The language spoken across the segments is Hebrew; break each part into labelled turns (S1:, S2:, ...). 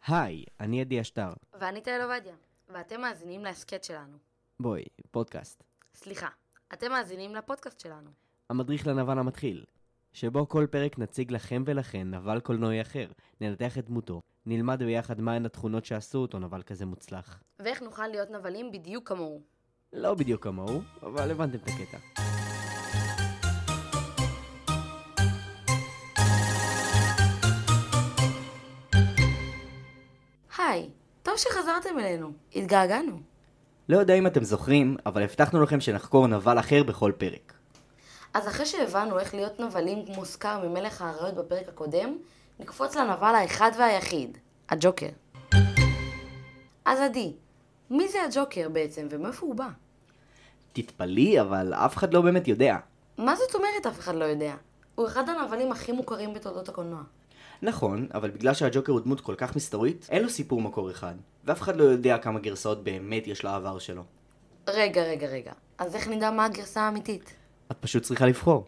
S1: היי, אני עדי אשטר.
S2: ואני תהל עובדיה, ואתם מאזינים להסכת שלנו.
S1: בואי, פודקאסט.
S2: סליחה, אתם מאזינים לפודקאסט שלנו.
S1: המדריך לנבל המתחיל, שבו כל פרק נציג לכם ולכן נבל קולנועי אחר, ננתח את דמותו, נלמד ביחד מהן התכונות שעשו אותו נבל כזה מוצלח.
S2: ואיך נוכל להיות נבלים בדיוק כמוהו.
S1: לא בדיוק כמוהו, אבל הבנתם את הקטע.
S2: היי, טוב שחזרתם אלינו, התגעגענו.
S1: לא יודע אם אתם זוכרים, אבל הבטחנו לכם שנחקור נבל אחר בכל פרק.
S2: אז אחרי שהבנו איך להיות נבלים כמו סקאר ממלך האריות בפרק הקודם, נקפוץ לנבל האחד והיחיד, הג'וקר. אז עדי, מי זה הג'וקר בעצם ומאיפה הוא בא?
S1: תתפלאי, אבל אף אחד לא באמת יודע.
S2: מה זאת אומרת אף אחד לא יודע? הוא אחד הנבלים הכי מוכרים בתולדות הקולנוע.
S1: נכון, אבל בגלל שהג'וקר הוא דמות כל כך מסתורית, אין לו סיפור מקור אחד, ואף אחד לא יודע כמה גרסאות באמת יש לעבר שלו.
S2: רגע, אז איך נדע מה הגרסה האמיתית?
S1: את פשוט צריכה לבחור.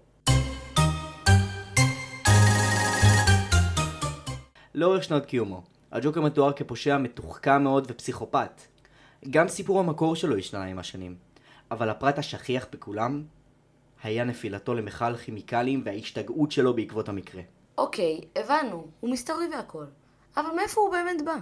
S1: לאורך שנות קיומו, הג'וקר מתואר כפושע מתוחכם מאוד ופסיכופת. גם סיפור המקור שלו השתנה עם השנים, אבל הפרט השכיח בכולם היה נפילתו למכל כימיקלים וההשתגעות שלו בעקבות המקרה.
S2: אוקיי, הבנו, הוא מסתורי והכל. אבל מאיפה הוא באמת בא?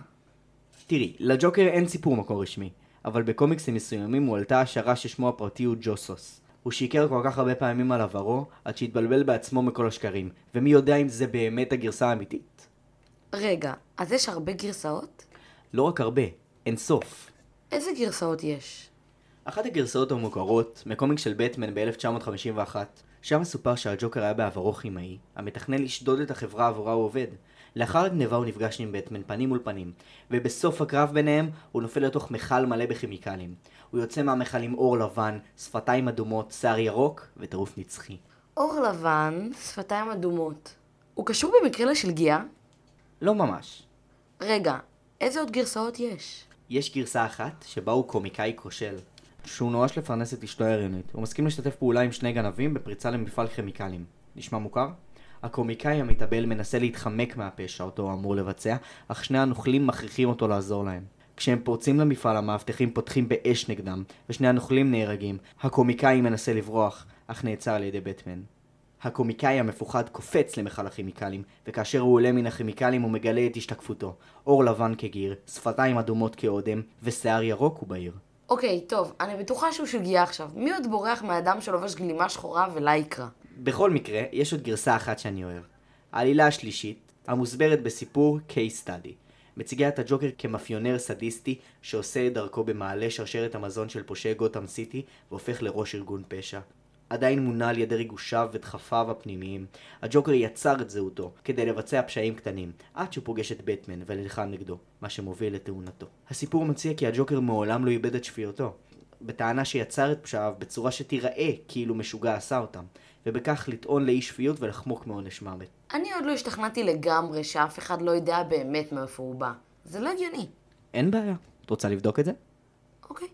S1: תראי, לג'וקר אין סיפור מקור רשמי, אבל בקומיקסים מסוימים הוא עלתה השערה ששמו הפרטי הוא ג'וסוס. הוא שיקר כל כך הרבה פעמים על עברו, עד שהתבלבל בעצמו מכל השקרים, ומי יודע אם זה באמת הגרסה האמיתית?
S2: רגע, אז יש הרבה גרסאות?
S1: לא רק הרבה, אין סוף.
S2: איזה גרסאות יש?
S1: אחת הגרסאות המוכרות, מקומיק של בטמן ב-1951, שם מסופר שהג'וקר היה בעברו כימאי, המתכנן לשדוד את החברה עבורה הוא עובד. לאחר הגניבה הוא נפגש עם בטמן פנים מול פנים, ובסוף הקרב ביניהם הוא נופל לתוך מכל מלא בכימיקלים. הוא יוצא מהמכל עם אור לבן, שפתיים אדומות, שיער ירוק וטירוף נצחי.
S2: אור לבן, שפתיים אדומות. הוא קשור במקרה לשלגיה?
S1: לא ממש.
S2: רגע, איזה עוד גרסאות יש?
S1: יש גרסה אחת שבה הוא קומיקאי כושל. שהוא נואש לפרנס את אשתו ההריונית. הוא מסכים לשתף פעולה עם שני גנבים בפריצה למפעל כימיקלים. נשמע מוכר? הקומיקאי המתאבל מנסה להתחמק מהפשע אותו הוא אמור לבצע, אך שני הנוכלים מכריחים אותו לעזור להם. כשהם פורצים למפעל, המאבטחים פותחים באש נגדם, ושני הנוכלים נהרגים. הקומיקאי מנסה לברוח, אך נעצר על ידי בטמן. הקומיקאי המפוחד קופץ למכל הכימיקלים, וכאשר הוא עולה מן הכימיקלים הוא מגלה את השתקפותו. אור לבן כגיר, שפתיים אדומות כאודם, ושיער ירוק הוא בהיר.
S2: אוקיי, טוב, אני בטוחה שהוא שלגיה עכשיו. מי עוד בורח מאדם שלובש גלימה שחורה ולייקרה?
S1: בכל מקרה, יש עוד גרסה אחת שאני אוהב. העלילה השלישית, המוסברת בסיפור Case Study. מציגה את הג'וקר כמאפיונר סדיסטי שעושה את דרכו במעלה שרשרת המזון של פושעי גותם סיטי והופך לראש ארגון פשע. עדיין מונע על ידי ריגושיו ודחפיו הפנימיים, הג'וקר יצר את זהותו כדי לבצע פשעים קטנים, עד שהוא פוגש את בטמן ונלחם נגדו, מה שמוביל לתאונתו. הסיפור מציע כי הג'וקר מעולם לא איבד את שפיותו, בטענה שיצר את פשעיו בצורה שתיראה כאילו משוגע עשה אותם, ובכך לטעון לאי שפיות ולחמוק מעונש מוות.
S2: אני עוד לא השתכנעתי לגמרי שאף אחד לא יודע באמת מאיפה הוא בא. זה לא הגיוני.
S1: אין בעיה. את רוצה לבדוק את זה?
S2: אוקיי.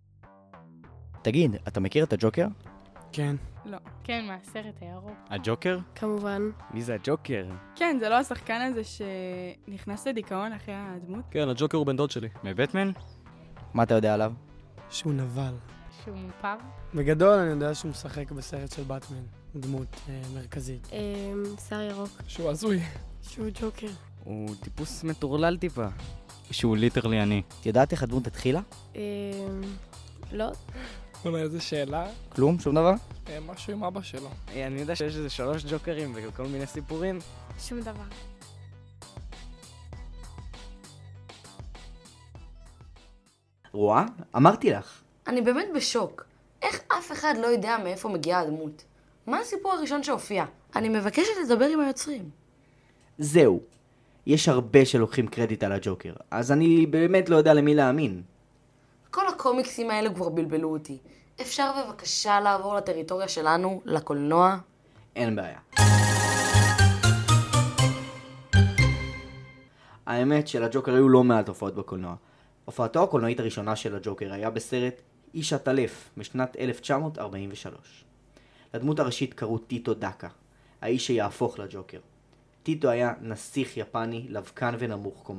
S1: תגיד, אתה מכיר את הג'וקר?
S3: כן.
S4: לא. כן, מהסרט הירוק.
S3: הג'וקר?
S5: כמובן.
S3: מי זה הג'וקר?
S4: כן, זה לא השחקן הזה שנכנס לדיכאון אחרי הדמות?
S3: כן, הג'וקר הוא בן דוד שלי. מבטמן?
S1: מה אתה יודע עליו?
S6: שהוא נבל.
S4: שהוא מופר?
S6: בגדול אני יודע שהוא משחק בסרט של באטמן, דמות מרכזית.
S5: שיער ירוק.
S6: שהוא הזוי.
S5: שהוא ג'וקר.
S3: הוא טיפוס מטורלל טיפה. שהוא ליטרלי אני.
S1: את יודעת איך הדמות התחילה?
S5: לא.
S6: אולי איזה שאלה?
S1: כלום? שום דבר?
S6: משהו עם אבא שלו.
S3: אני יודע שיש איזה 3 ג'וקרים וכל מיני סיפורים.
S5: שום דבר.
S1: רואה? אמרתי לך.
S2: אני באמת בשוק. איך אף אחד לא יודע מאיפה מגיעה הדמות? מה הסיפור הראשון שהופיע? אני מבקשת לדבר עם היוצרים.
S1: זהו. יש הרבה שלוקחים קרדיט על הג'וקר, אז אני באמת לא יודע למי להאמין.
S2: כל הקומיקסים האלה כבר בלבלו אותי. אפשר בבקשה לעבור לטריטוריה שלנו, לקולנוע?
S1: אין בעיה. האמת שלג'וקר היו לא מעט הופעות בקולנוע. הופעתו הקולנועית הראשונה של הג'וקר היה בסרט איש הטלף משנת 1943. לדמות הראשית קראו טיטו דקה, האיש שיהפוך לג'וקר. טיטו היה נסיך יפני, לבקן ונמוך קומה,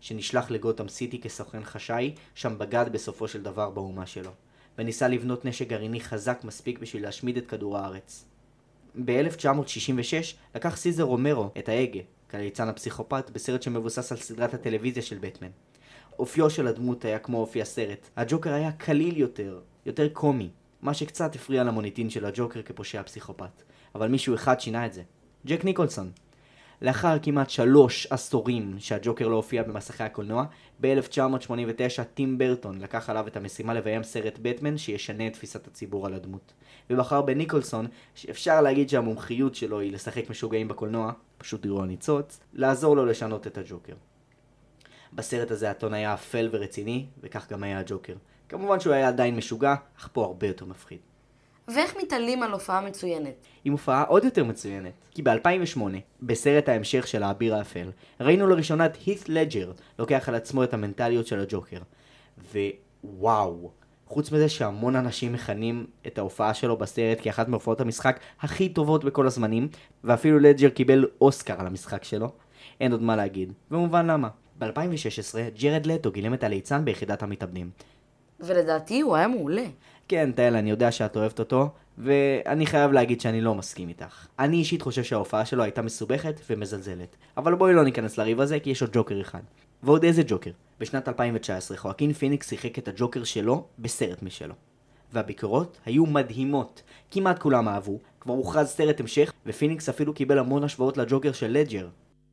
S1: שנשלח לגותם סיטי כסוכן חשאי, שם בגד בסופו של דבר באומה שלו, וניסה לבנות נשק גרעיני חזק מספיק בשביל להשמיד את כדור הארץ. ב-1966 לקח סיזר רומרו את ההגה, כליצן הפסיכופת, בסרט שמבוסס על סדרת הטלוויזיה של בטמן. אופיו של הדמות היה כמו אופי הסרט. הג'וקר היה קליל יותר קומי, מה שקצת הפריע למוניטין של הג'וקר כפושע פסיכופת. אבל מישהו אחד שינה את זה. ג'ק ניקולסון. לאחר כמעט 3 עשורים שהג'וקר לא הופיע במסכי הקולנוע, ב-1989 טים ברטון לקח עליו את המשימה לביים סרט בטמן שישנה את תפיסת הציבור על הדמות. ובחר בניקולסון, שאפשר להגיד שהמומחיות שלו היא לשחק משוגעים בקולנוע, פשוט תראו הניצוץ, לעזור לו לשנות את הג'וקר. בסרט הזה הטון היה אפל ורציני, וכך גם היה הג'וקר. כמובן שהוא היה עדיין משוגע, אך פה הרבה יותר מפחיד.
S2: ואיך מתעלים על הופעה מצוינת?
S1: היא מופעה עוד יותר מצוינת, כי ב-2008, בסרט ההמשך של האביר האפל, ראינו לראשונה את הית' לג'ר לוקח על עצמו את המנטליות של הג'וקר. ווואו, חוץ מזה שהמון אנשים מכנים את ההופעה שלו בסרט כאחת מהופעות המשחק הכי טובות בכל הזמנים, ואפילו לג'ר קיבל אוסקר על המשחק שלו, אין עוד מה להגיד, ומובן למה. ב-2016 ג'רד לטו גילם את הליצן ביחידת המתאבדים.
S2: ולדעתי הוא היה מעולה.
S1: כן, טייל, אני יודע שאת אוהבת אותו, ואני חייב להגיד שאני לא מסכים איתך. אני אישית חושב שההופעה שלו הייתה מסובכת ומזלזלת. אבל בואי לא ניכנס לריב הזה, כי יש עוד ג'וקר אחד. ועוד איזה ג'וקר? בשנת 2019 חואקין פיניקס שיחק את הג'וקר שלו בסרט משלו. והביקורות היו מדהימות. כמעט כולם אהבו, כבר הוכרז סרט המשך, ופיניקס אפילו קיבל המון השוואות לג'וקר של לג'ר.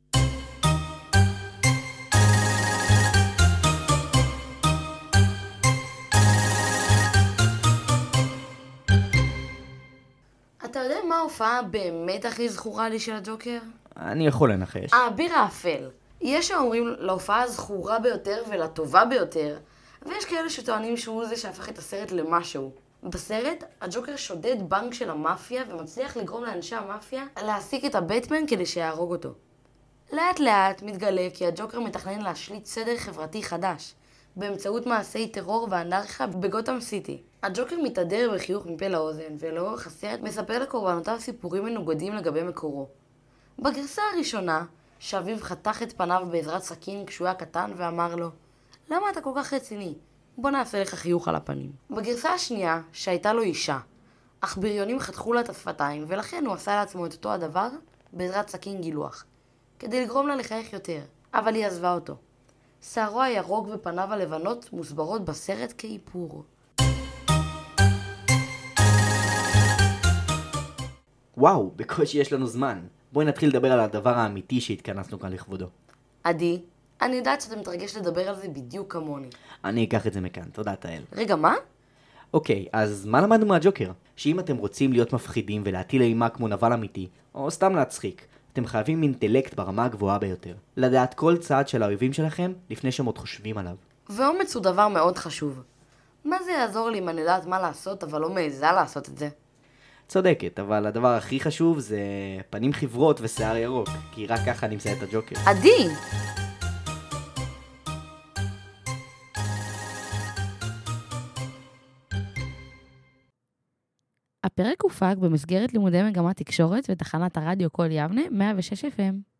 S2: אתה יודע מה ההופעה באמת הכי זכורה לי של הג'וקר?
S1: אני יכול לנחש.
S2: האביר האפל. יש שאומרים להופעה הזכורה ביותר ולטובה ביותר, ויש כאלה שטוענים שהוא זה שהפך את הסרט למשהו. בסרט, הג'וקר שודד בנק של המאפיה ומצליח לגרום לאנשי המאפיה להעסיק את הבטמן כדי שיהרוג אותו. לאט לאט מתגלה כי הג'וקר מתכנן להשליט סדר חברתי חדש, באמצעות מעשי טרור ואנרכיה בגותם סיטי. הג'וקר מתהדר בחיוך מפה לאוזן, ולאורך הסרט מספר לקורבנותיו סיפורים מנוגדים לגבי מקורו. בגרסה הראשונה, שאביו חתך את פניו בעזרת סכין כשהוא היה קטן ואמר לו, למה אתה כל כך רציני? בוא נעשה לך חיוך על הפנים. בגרסה השנייה, שהייתה לו אישה, אך בריונים חתכו לה את השפתיים, ולכן הוא עשה לעצמו את אותו הדבר בעזרת סכין גילוח, כדי לגרום לה לחייך יותר, אבל היא עזבה אותו. שערו הירוק ופניו הלבנות מוסברות בסרט כאיפור.
S1: וואו, בקושי יש לנו זמן. בואי נתחיל לדבר על הדבר האמיתי שהתכנסנו כאן לכבודו.
S2: עדי, אני יודעת שאתה מתרגש לדבר על זה בדיוק כמוני.
S1: אני אקח את זה מכאן, תודה תאל.
S2: רגע, מה?
S1: אוקיי, אז מה למדנו מהג'וקר? שאם אתם רוצים להיות מפחידים ולהטיל אימה כמו נבל אמיתי, או סתם להצחיק, אתם חייבים אינטלקט ברמה הגבוהה ביותר. לדעת כל צעד של האויבים שלכם לפני שהם עוד חושבים עליו.
S2: ואומץ הוא דבר מאוד חשוב. מה זה יעזור לי אם אני יודעת מה לעשות אבל לא מעיזה לעשות את זה?
S1: צודקת, אבל הדבר הכי חשוב זה פנים חברות ושיער ירוק, כי רק ככה נמצא את הג'וקר.
S2: עדי!
S7: הפרק הופק במסגרת לימודי מגמת תקשורת ותחנת הרדיו קול יבנה 106 FM.